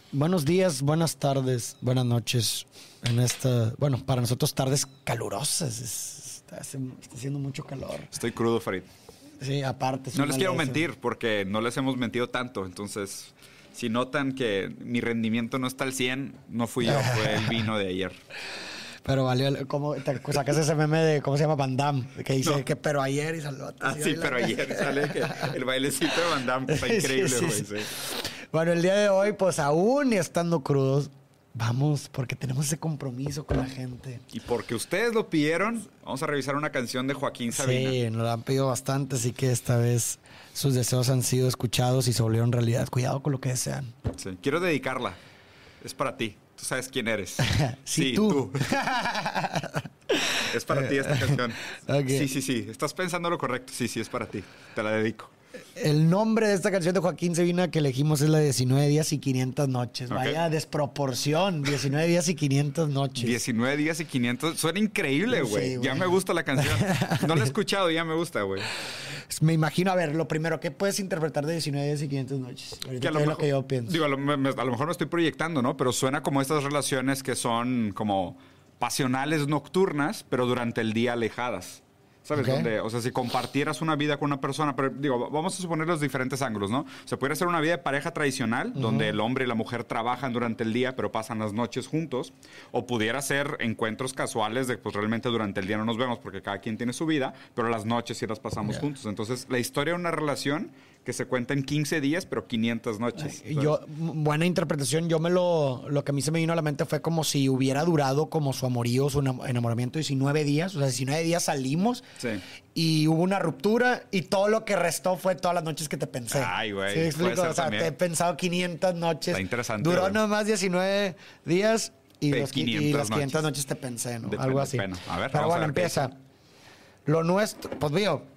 Buenos días, buenas tardes, buenas noches. Para nosotros tardes calurosas. Está haciendo mucho calor. Estoy crudo, Farid. Sí, aparte. No les quiero mentir porque no les hemos mentido tanto. Entonces, si notan que mi rendimiento no está al 100, no fui yo, fue el vino de ayer. Pero valió, ¿cómo sacas ese meme de cómo se llama Van Damme? Que dice que pero ayer y salió. Sí, pero ayer sale que el bailecito de Van Damme que está increíble, güey. Sí. Bueno, el día de hoy, pues aún estando crudos, vamos, porque tenemos ese compromiso con la gente. Y porque ustedes lo pidieron, vamos a revisar una canción de Joaquín Sabina. Sí, nos la han pedido bastante, así que esta vez sus deseos han sido escuchados y se volvieron realidad. Cuidado con lo que desean. Sí, quiero dedicarla. Es para ti. Tú sabes quién eres. Sí, tú. Es para ti esta canción. Okay. Sí. Estás pensando lo correcto. Sí, es para ti. Te la dedico. El nombre de esta canción de Joaquín Sabina que elegimos es la de 19 días y 500 noches. Okay. Vaya desproporción. 19 días y 500 noches. 19 días y 500. Suena increíble, güey. Sí, ya me gusta la canción. No la he escuchado, ya me gusta, güey. Me imagino, a ver, lo primero, ¿qué puedes interpretar de 19 días y 500 noches? Ahorita es lo que yo pienso. Digo, a lo mejor me estoy proyectando, ¿no? Pero suena como estas relaciones que son como pasionales nocturnas, pero durante el día alejadas. ¿Sabes? Okay. Donde, o sea, si compartieras una vida con una persona, pero digo, vamos a suponer los diferentes ángulos, ¿no? O sea, pudiera ser una vida de pareja tradicional, donde el hombre y la mujer trabajan durante el día, pero pasan las noches juntos. O pudiera ser encuentros casuales de, pues realmente durante el día no nos vemos porque cada quien tiene su vida, pero las noches sí las pasamos juntos. Entonces, la historia de una relación que se cuenta en 15 días, pero 500 noches. Buena interpretación. Lo que a mí se me vino a la mente fue como si hubiera durado como su amorío, su enamoramiento 19 días. O sea, 19 días salimos y hubo una ruptura y todo lo que restó fue todas las noches que te pensé. Ay, güey. ¿Sí me explico? O sea, también. Te he pensado 500 noches. Está interesante. Duró nomás 19 días y las 500 noches te pensé, ¿no? Depende. Algo así. A ver, pero bueno, empieza. Lo nuestro, pues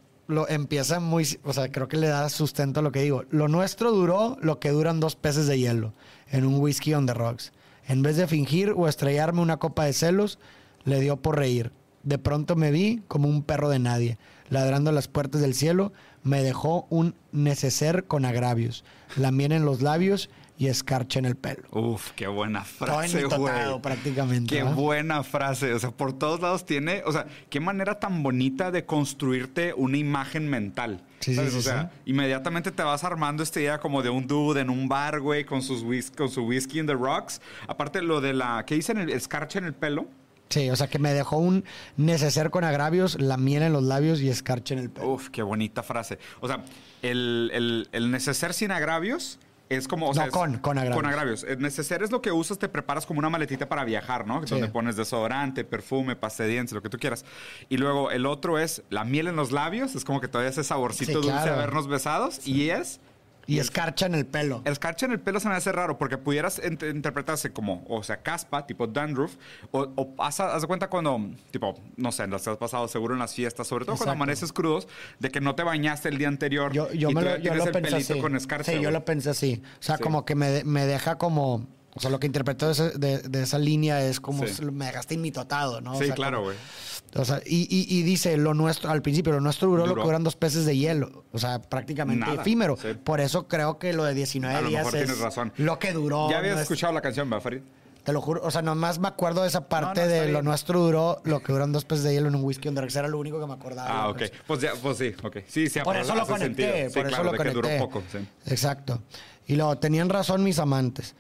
empieza muy, o sea, creo que le da sustento a lo que digo. Lo nuestro duró lo que duran 2 peces de hielo en un whisky on the rocks. En vez de fingir o estrellarme una copa de celos, le dio por reír. De pronto me vi como un perro de nadie, ladrando a las puertas del cielo. Me dejó un neceser con agravios, la miel en los labios y escarcha en el pelo. Uf, qué buena frase, güey. Prácticamente. Qué buena frase. O sea, por todos lados tiene... O sea, qué manera tan bonita de construirte una imagen mental. Sí, ¿sabes? Sí, o sea, inmediatamente te vas armando esta idea como de un dude en un bar, güey, con su whisky in the rocks. Aparte, lo de la... ¿Qué dicen? El escarcha en el pelo. Sí, o sea, que me dejó un neceser con agravios, la miel en los labios y escarcha en el pelo. Uf, qué bonita frase. O sea, el neceser sin agravios... Es como, o sea, con agravios. Con agravios. El neceser es lo que usas, te preparas como una maletita para viajar, ¿no? Sí. Donde pones desodorante, perfume, pasta de dientes, lo que tú quieras. Y luego el otro es la miel en los labios. Es como que todavía ese saborcito dulce de habernos besados. Sí. Y escarcha en el pelo. El escarcha en el pelo se me hace raro porque pudieras interpretarse como, o sea, caspa, tipo dandruff, o haz de cuenta cuando, tipo, no sé, las has pasado seguro en las fiestas, sobre todo cuando amaneces crudos, de que no te bañaste el día anterior. Yo lo pensé así. Con escarcha. Sí, yo lo pensé así. O sea, como que me deja como... O sea, lo que interpreto de esa línea es como me dejaste inmitotado, ¿no? Sí, o sea, claro, güey. O sea, y dice lo nuestro, al principio, lo nuestro duró lo que duran 2 peces de hielo. O sea, prácticamente nada, efímero. Sí. Por eso creo que lo de 19 días es tienes razón. Lo que duró. Ya habías escuchado la canción, ¿verdad, Farid? Te lo juro. O sea, nomás me acuerdo de esa parte de lo nuestro duró lo que duran 2 peces de hielo en un whisky on the rocks. Era lo único que me acordaba. Ah, ok. Pues sí, ok. Sí, por eso lo conecté. Sí, claro, de que duró poco. Sí. Exacto. Y luego, tenían razón mis amantes.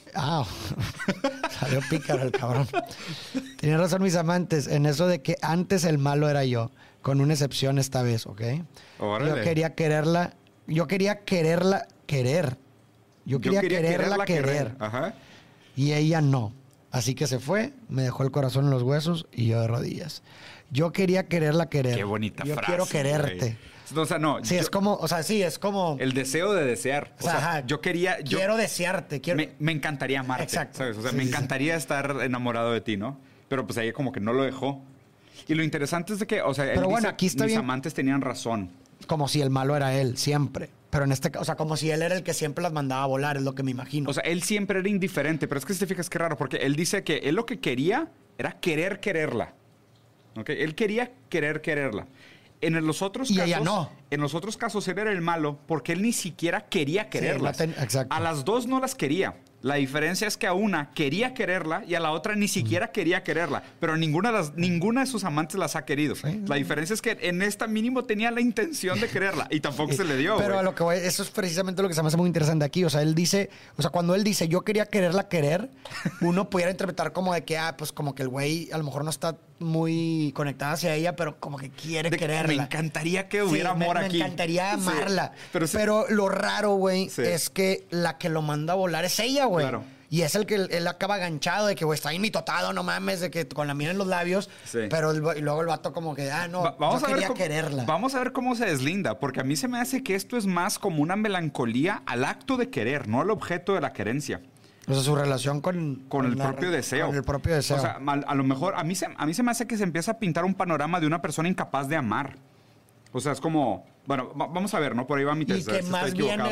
Salió pícaro el cabrón. Tenían razón mis amantes en eso de que antes el malo era yo, con una excepción esta vez, ¿ok? Órale. Yo quería quererla querer. Yo quería quererla querer. Ajá. Y ella no. Así que se fue, me dejó el corazón en los huesos y yo de rodillas. Yo quería quererla querer. Qué bonita frase. Yo quiero quererte. Wey. O sea, no. Sí, es como... El deseo de desear. O sea, yo quería... Quiero desearte. Me encantaría amarte. Exacto. ¿Sabes? O sea, me encantaría estar enamorado de ti, ¿no? Pero pues ella como que no lo dejó. Y lo interesante es de que, o sea, pero bueno, aquí está mis bien. Amantes tenían razón. Como si el malo era él, siempre. Pero en este caso, o sea, como si él era el que siempre las mandaba a volar, es lo que me imagino. O sea, él siempre era indiferente, pero es que si te fijas qué raro, porque él dice que él lo que quería era quererla. ¿Ok? Él quería quererla. En los otros casos, ella no. En los otros casos él era el malo porque él ni siquiera quería quererlas. Exacto. A las dos no las quería. La diferencia es que a una quería quererla y a la otra ni siquiera quería quererla. Pero ninguna de sus amantes las ha querido. Sí. La diferencia es que en esta mínimo tenía la intención de quererla y tampoco se le dio. Pero a lo que voy, eso es precisamente lo que se me hace muy interesante aquí. O sea, él dice, cuando él dice yo quería quererla querer, uno pudiera interpretar como de que, pues como que el güey a lo mejor no está muy conectado hacia ella, pero como que quiere quererla. Me encantaría que hubiera amor aquí. Me encantaría amarla. Sí, pero lo raro, güey, es que la que lo manda a volar es ella, güey. Claro. Y es el que él acaba aganchado de que, güey, está mitotado, no mames, de que con la miel en los labios. Sí. Pero y luego el vato como que, no, yo quería quererla. Vamos a ver cómo se deslinda, porque a mí se me hace que esto es más como una melancolía al acto de querer, no al objeto de la querencia. O sea, su relación con el propio deseo. Con el propio deseo. O sea, a lo mejor, a mí se me hace que se empieza a pintar un panorama de una persona incapaz de amar. O sea, es como... Bueno, vamos a ver, ¿no? Por ahí va mi tesis. Y que más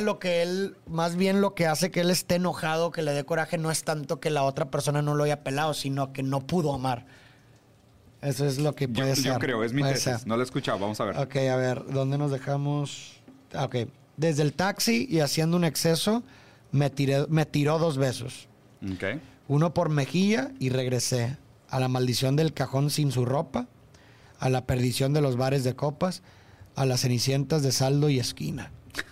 bien lo que hace que él esté enojado, que le dé coraje, no es tanto que la otra persona no lo haya pelado, sino que no pudo amar. Eso es lo que puede ser. Yo creo, es mi tesis. No lo he escuchado, vamos a ver. Ok, a ver, ¿dónde nos dejamos? Ok. Desde el taxi y haciendo un exceso, me tiró 2 besos. Ok. Uno por mejilla y regresé. A la maldición del cajón sin su ropa, a la perdición de los bares de copas, a las cenicientas de saldo y esquina.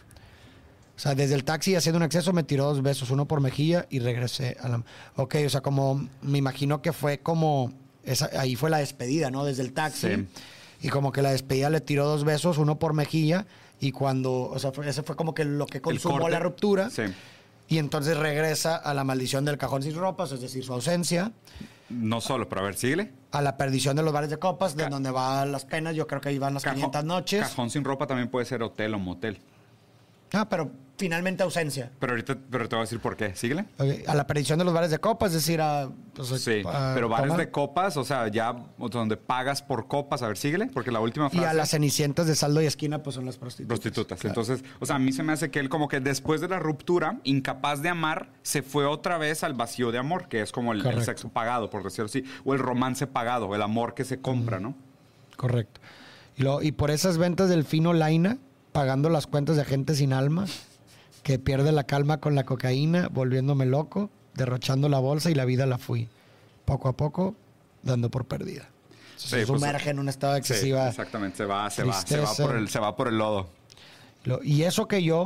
O sea, desde el taxi haciendo un exceso me tiró 2 besos, uno por mejilla y regresé a la... Ok, o sea, como me imagino que fue como... ahí fue la despedida, ¿no? Desde el taxi. Sí. Y como que la despedida le tiró 2 besos, uno por mejilla, y cuando... O sea, ese fue como que lo que consumó la ruptura. Sí. Y entonces regresa a la maldición del cajón sin ropas, es decir, su ausencia. No solo, pero a ver, síguele. A la perdición de los bares de copas, de donde van las penas. Yo creo que ahí van las 500 noches. Cajón sin ropa también puede ser hotel o motel. Pero finalmente ausencia. Pero te voy a decir por qué. Síguele. Okay. A la perdición de los bares de copas, es decir, pero bares tomar de copas, o sea, ya donde pagas por copas. A ver, síguele, porque la última frase... Y a las cenicientas de saldo y esquina, pues son las prostitutas. Claro. Entonces, o sea, a mí se me hace que él como que después de la ruptura, incapaz de amar, se fue otra vez al vacío de amor, que es como el sexo pagado, por decirlo así, o el romance pagado, el amor que se compra, ¿no? Correcto. Y por esas ventas del fino Laina, pagando las cuentas de gente sin alma, que pierde la calma con la cocaína, volviéndome loco, derrochando la bolsa y la vida la fui. Poco a poco, dando por perdida. Se sumerge en un estado de excesiva... Sí, exactamente, se va por el lodo. Y eso que yo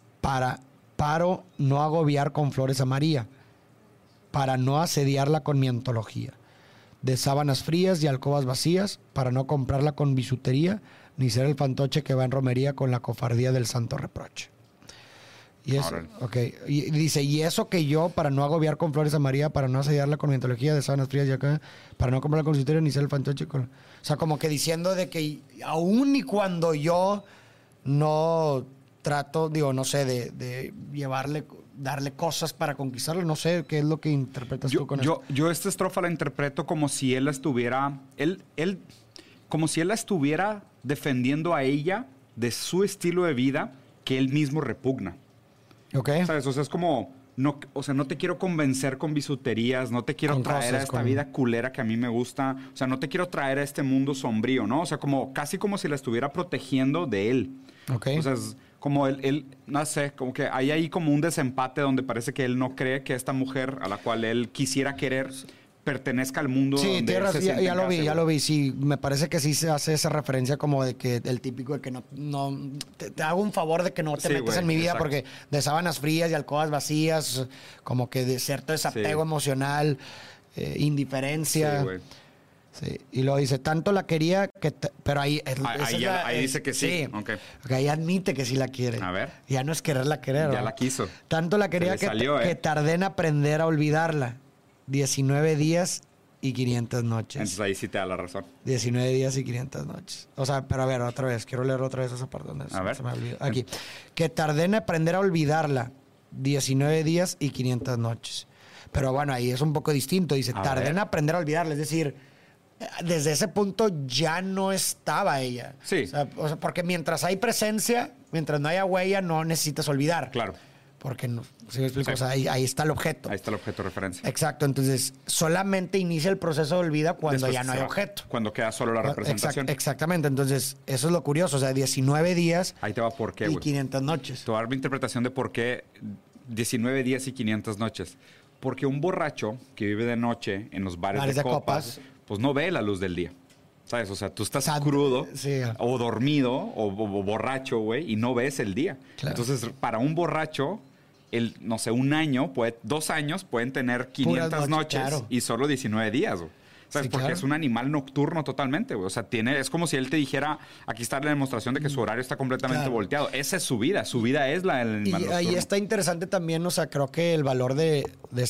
paro no agobiar con flores a María, para no asediarla con mi antología, de sábanas frías y alcobas vacías, para no comprarla con bisutería, ni ser el fantoche que va en romería con la cofardía del santo reproche. Y eso, y dice, y eso que yo, para no agobiar con flores a María, para no asediarla con mi antología de sábanas frías y acá, para no comprarla con bisutería, ni ser el fantoche con... O sea, como que diciendo de que aún y cuando yo no trato, no sé, de darle cosas para conquistarlo, no sé qué es lo que interpretas tú con eso. Yo esta estrofa la interpreto como si él la estuviera... como si él la estuviera defendiendo a ella de su estilo de vida que él mismo repugna. Ok. ¿Sabes? O sea, es como... No te quiero convencer con bisuterías, no te quiero traer a esta vida culera que a mí me gusta, o sea, no te quiero traer a este mundo sombrío, ¿no? O sea, casi como si la estuviera protegiendo de él. Ok. O sea, es como él, no sé, como que hay ahí como un desempate donde parece que él no cree que esta mujer a la cual él quisiera querer pertenezca al mundo. Sí, tierras, ya lo vi. Sí, me parece que sí se hace esa referencia como de que el típico de que no te hago un favor de que no te metas en mi vida, porque de sábanas frías y alcobas vacías, como que de cierto desapego emocional, indiferencia. Sí, güey. Sí, y luego dice, tanto la quería que... Pero ahí dice que sí. Okay. Ahí admite que sí la quiere. A ver. Ya no es quererla querer. Ya la quiso. Tanto la quería que tardé en aprender a olvidarla. 19 días y 500 noches. Entonces ahí sí te da la razón. 19 días y 500 noches. O sea, pero a ver, otra vez. Quiero leer otra vez esa parte donde se me olvidó. Aquí. Que tardé en aprender a olvidarla. 19 días y 500 noches. Pero bueno, ahí es un poco distinto. Dice, tardé en aprender a olvidarla. Es decir, desde ese punto ya no estaba ella. Sí. O sea, porque mientras hay presencia, mientras no haya huella, no necesitas olvidar. Claro. Porque no, ¿sí me explico? Sí. O sea, ahí está el objeto. Ahí está el objeto de referencia. Exacto. Entonces, solamente inicia el proceso de olvido cuando después ya no hay objeto. Cuando queda solo la representación. Exactamente. Entonces, eso es lo curioso. O sea, 19 días. Ahí te va por qué, y 500 noches. Te voy a dar mi interpretación de por qué 19 días y 500 noches? Porque un borracho que vive de noche en los bares de copas, pues no ve la luz del día. ¿Sabes? O sea, tú estás crudo o dormido o borracho, güey, y no ves el día. Claro. Entonces, para un borracho, no sé, 1 año, 2 años pueden tener 500 noches y solo 19 días, güey. ¿Sabes? Porque es un animal nocturno totalmente, güey. O sea, es como si él te dijera, aquí está la demostración de que su horario está completamente volteado. Esa es su vida es la del animal nocturno. Ahí está interesante también, o sea, creo que el valor del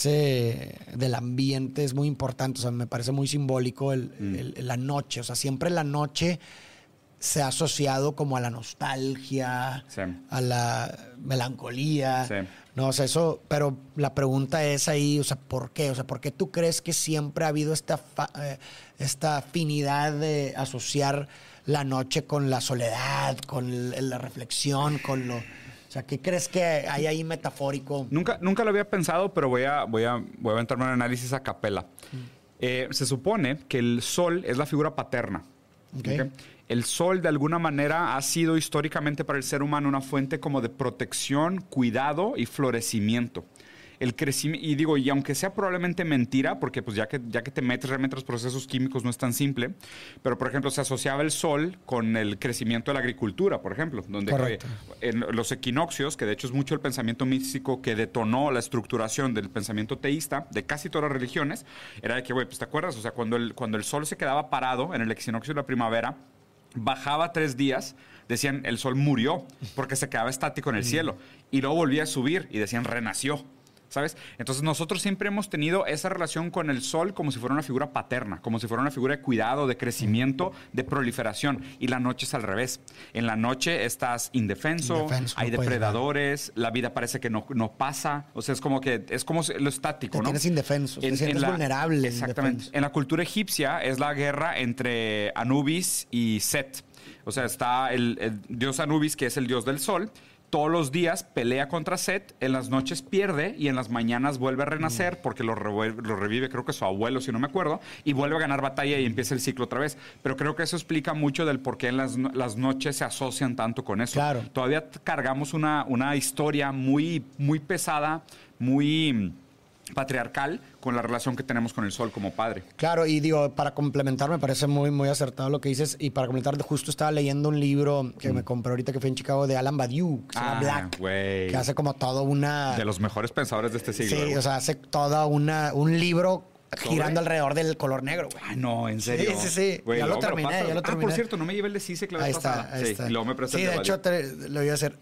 ambiente es muy importante. O sea, me parece muy simbólico la noche. O sea, siempre la noche se ha asociado como a la nostalgia, a la melancolía. Sí. No, o sea, eso, pero la pregunta es ahí, o sea, ¿por qué? O sea, ¿por qué tú crees que siempre ha habido esta afinidad de asociar la noche con la soledad, con la reflexión, con lo... O sea, ¿qué crees que hay ahí metafórico? Nunca lo había pensado, pero voy a aventarme un análisis a capela. Se supone que el sol es la figura paterna. ¿Okay? El sol, de alguna manera, ha sido históricamente para el ser humano una fuente como de protección, cuidado y florecimiento. El crecimiento, y aunque sea probablemente mentira, porque pues ya que te metes realmente en los procesos químicos no es tan simple, pero por ejemplo se asociaba el sol con el crecimiento de la agricultura, por ejemplo, donde en los equinoccios, que de hecho es mucho el pensamiento místico que detonó la estructuración del pensamiento teísta de casi todas las religiones, era de que, güey, pues te acuerdas, o sea, cuando el sol se quedaba parado en el equinoccio de la primavera, bajaba 3 días, decían el sol murió porque se quedaba estático en el cielo, y luego volvía a subir y decían renació. ¿Sabes? Entonces nosotros siempre hemos tenido esa relación con el sol como si fuera una figura paterna, como si fuera una figura de cuidado, de crecimiento, de proliferación. Y la noche es al revés. En la noche estás indefenso, hay depredadores, la vida parece que no pasa. O sea, es como lo estático, ¿no? Tienes indefenso, te sientes vulnerable. Exactamente. Indefenso. En la cultura egipcia es la guerra entre Anubis y Set. O sea, está el dios Anubis, que es el dios del sol. Todos los días pelea contra Set, en las noches pierde y en las mañanas vuelve a renacer porque lo revive, creo que su abuelo, si no me acuerdo, y vuelve a ganar batalla y empieza el ciclo otra vez. Pero creo que eso explica mucho del por qué en las noches se asocian tanto con eso. Claro. Todavía cargamos una historia muy, muy pesada, muy patriarcal con la relación que tenemos con el sol como padre. Claro, y digo, para complementar, me parece muy, muy acertado lo que dices, y para complementar, justo estaba leyendo un libro que me compré ahorita que fui en Chicago de Alan Badiou, que se llama Black, que hace como todo de los mejores pensadores de este siglo. Sí, o sea, hace toda un libro girando alrededor del color negro, güey. Ah, no, ¿en serio? Sí. Güey, ya lo terminé. Por cierto, no me llevé el de CISEC la vez pasada. Ahí está. Y luego me presté de hecho, lo iba a hacer.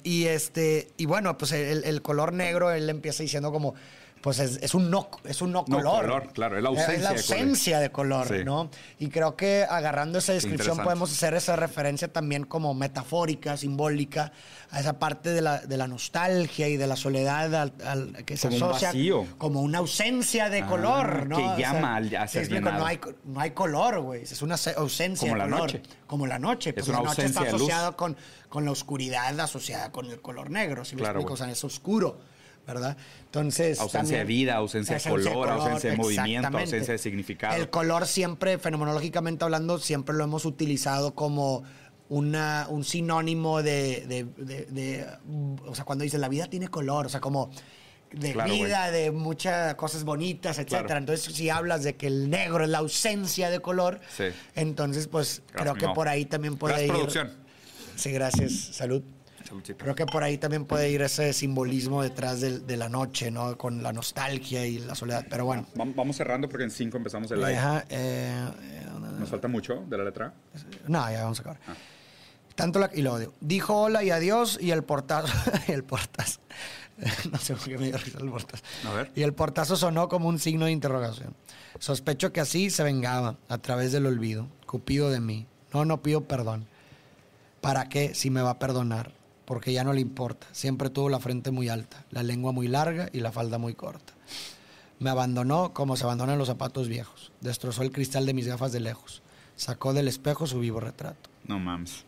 Y bueno, pues el color negro, él empieza diciendo como... Pues es un no color. Claro, es la ausencia de color, sí. ¿No? Y creo que agarrando esa descripción podemos hacer esa referencia también como metafórica, simbólica, a esa parte de la nostalgia y de la soledad que se asocia como una ausencia de color, ¿no? Que llama a ser llenado. No hay color, güey. Es una ausencia de color. Noche. Como la noche. Es una noche ausencia está asociada con la oscuridad, asociada con el color negro. Si me explico, o sea, es oscuro. ¿Verdad? Entonces... Ausencia de vida, ausencia de color, ausencia de movimiento, ausencia de significado. El color siempre, fenomenológicamente hablando, siempre lo hemos utilizado como un sinónimo de o sea, cuando dice la vida tiene color, o sea, como de vida, de muchas cosas bonitas, etcétera. Claro. Entonces, si hablas de que el negro es la ausencia de color, entonces, pues, creo que por ahí también puede ir... producción. Sí, gracias. Salud. Creo que por ahí también puede ir ese simbolismo detrás de la noche, ¿no? Con la nostalgia y la soledad. Pero bueno. Vamos cerrando porque en 5 empezamos el live. ¿Nos falta mucho de la letra? No, ya vamos a acabar. Y luego dijo hola y adiós y el portazo. No sé por qué me dio risa el portazo. A ver. Y el portazo sonó como un signo de interrogación. Sospecho que así se vengaba a través del olvido. Cupido de mí. No pido perdón. ¿Para qué si me va a perdonar? Porque ya no le importa. Siempre tuvo la frente muy alta, la lengua muy larga y la falda muy corta. Me abandonó como se abandonan los zapatos viejos. Destrozó el cristal de mis gafas de lejos. Sacó del espejo su vivo retrato. No mames.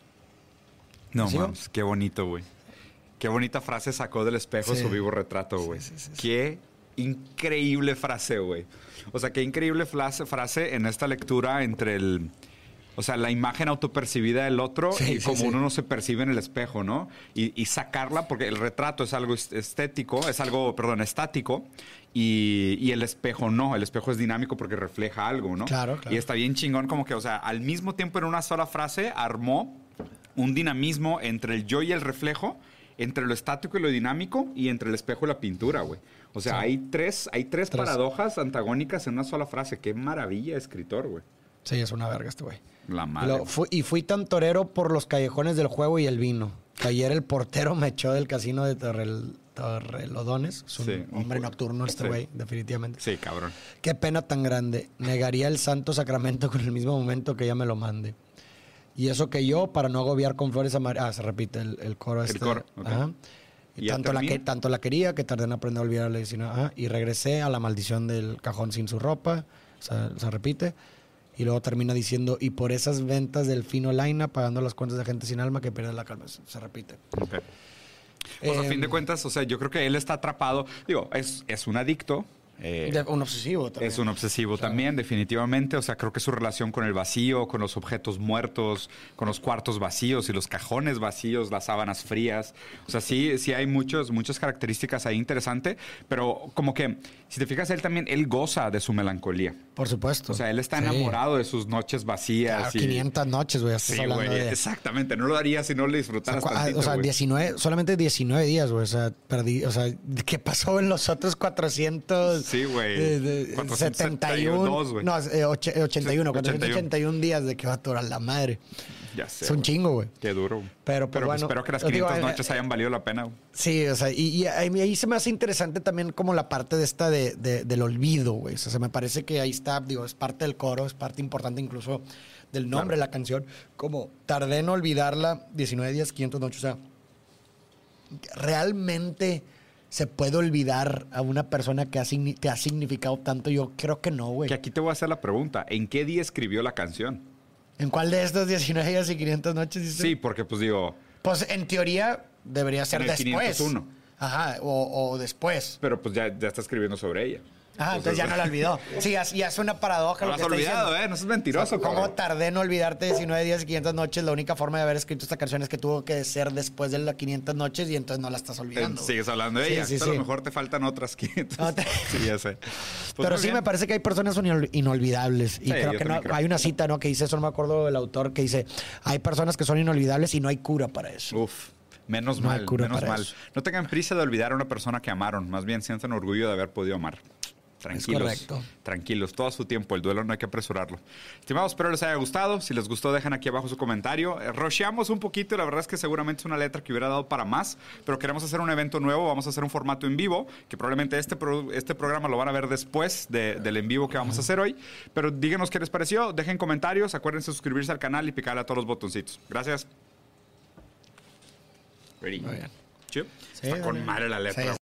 Qué bonito, güey. Qué bonita frase, sacó del espejo su vivo retrato, güey. Sí. Qué increíble frase, güey. O sea, qué increíble frase en esta lectura entre O sea, la imagen autopercibida del otro y como sí. uno no se percibe en el espejo, ¿no? Y sacarla, porque el retrato es algo estético, es algo, perdón, estático, y el espejo no. El espejo es dinámico porque refleja algo, ¿no? Claro. Y está bien chingón como que, o sea, al mismo tiempo en una sola frase armó un dinamismo entre el yo y el reflejo, entre lo estático y lo dinámico, y entre el espejo y la pintura, güey. O sea, hay tres paradojas antagónicas en una sola frase. Qué maravilla de escritor, güey. Sí, es una verga este güey. La madre. Fui tan torero por los callejones del juego y el vino. Que ayer el portero me echó del casino de Torrelodones. Es un hombre nocturno este güey, definitivamente. Sí, cabrón. Qué pena tan grande. Negaría el santo sacramento con el mismo momento que ella me lo mande. Y eso que yo, para no agobiar con flores amarillas... se repite el coro este. El coro, ok. Ajá. ¿Y Tanto la quería que tardé en aprender a olvidarla. Y regresé a la maldición del cajón sin su ropa. Se repite. Y luego termina diciendo, y por esas ventas del fino Laina, pagando las cuentas de gente sin alma que pierde la calma. Se repite. Okay. Pues a fin de cuentas, o sea, yo creo que él está atrapado. Digo, es un adicto. Un obsesivo también. Es un obsesivo también, definitivamente. O sea, creo que su relación con el vacío, con los objetos muertos, con los cuartos vacíos y los cajones vacíos, las sábanas frías. O sea, sí hay muchas características ahí interesantes, pero como que, si te fijas, él goza de su melancolía. Por supuesto. O sea, él está enamorado de sus noches vacías. Claro, 500 noches, güey. Sí, güey, exactamente. No lo haría si no le disfrutaras tantito, o sea, güey. solamente 19 días, güey. O sea, perdí. O sea, ¿qué pasó en los otros 400? Sí, güey. 471. Güey. No, 81. 481 días de que va a durar la madre. Ya sé. Es un chingo, güey. Qué duro. Pero bueno, espero que las 500 noches hayan valido la pena, güey. Sí, o sea, y ahí se me hace interesante también como la parte de esta del olvido, güey. O sea, se me parece que ahí está, digo, es parte del coro, es parte importante incluso del nombre de la canción. Como tardé en olvidarla 19 días, 500 noches. O sea, realmente se puede olvidar a una persona que te ha significado tanto. Yo creo que no, güey. Que aquí te voy a hacer la pregunta. ¿En qué día escribió la canción? ¿En cuál de estos 19 días y 500 noches? ¿Dice? Sí, porque pues digo... Pues en teoría debería ser en el después. 501. Ajá, o después. Pero pues ya está escribiendo sobre ella. Entonces ya no la olvidó. Sí, ya es una paradoja. No lo has olvidado, ¿eh? No seas mentiroso. O sea, ¿cómo tardé en olvidarte 19 días y 500 noches? La única forma de haber escrito esta canción es que tuvo que ser después de las 500 noches y entonces no la estás olvidando. Sigues hablando de ella. Sí. A lo mejor te faltan otras 500. Sí, ya sé. Pues pero sí me parece que hay personas inolvidables. Y creo que no. Hay una cita, ¿no? Que dice, eso no me acuerdo del autor, que dice, hay personas que son inolvidables y no hay cura para eso. Uf. Menos mal. No tengan prisa de olvidar a una persona que amaron. Más bien sientan orgullo de haber podido amar. Tranquilos, tranquilos, todo a su tiempo, el duelo no hay que apresurarlo. Estimados, espero les haya gustado. Si les gustó, dejen aquí abajo su comentario. Rusheamos un poquito, la verdad es que seguramente es una letra que hubiera dado para más, pero queremos hacer un evento nuevo, vamos a hacer un formato en vivo, que probablemente este programa lo van a ver después del en vivo que vamos a hacer hoy. Pero díganos qué les pareció, dejen comentarios, acuérdense de suscribirse al canal y picarle a todos los botoncitos. Gracias. Ready. Muy bien. Sí. Está con madre la letra. Sí.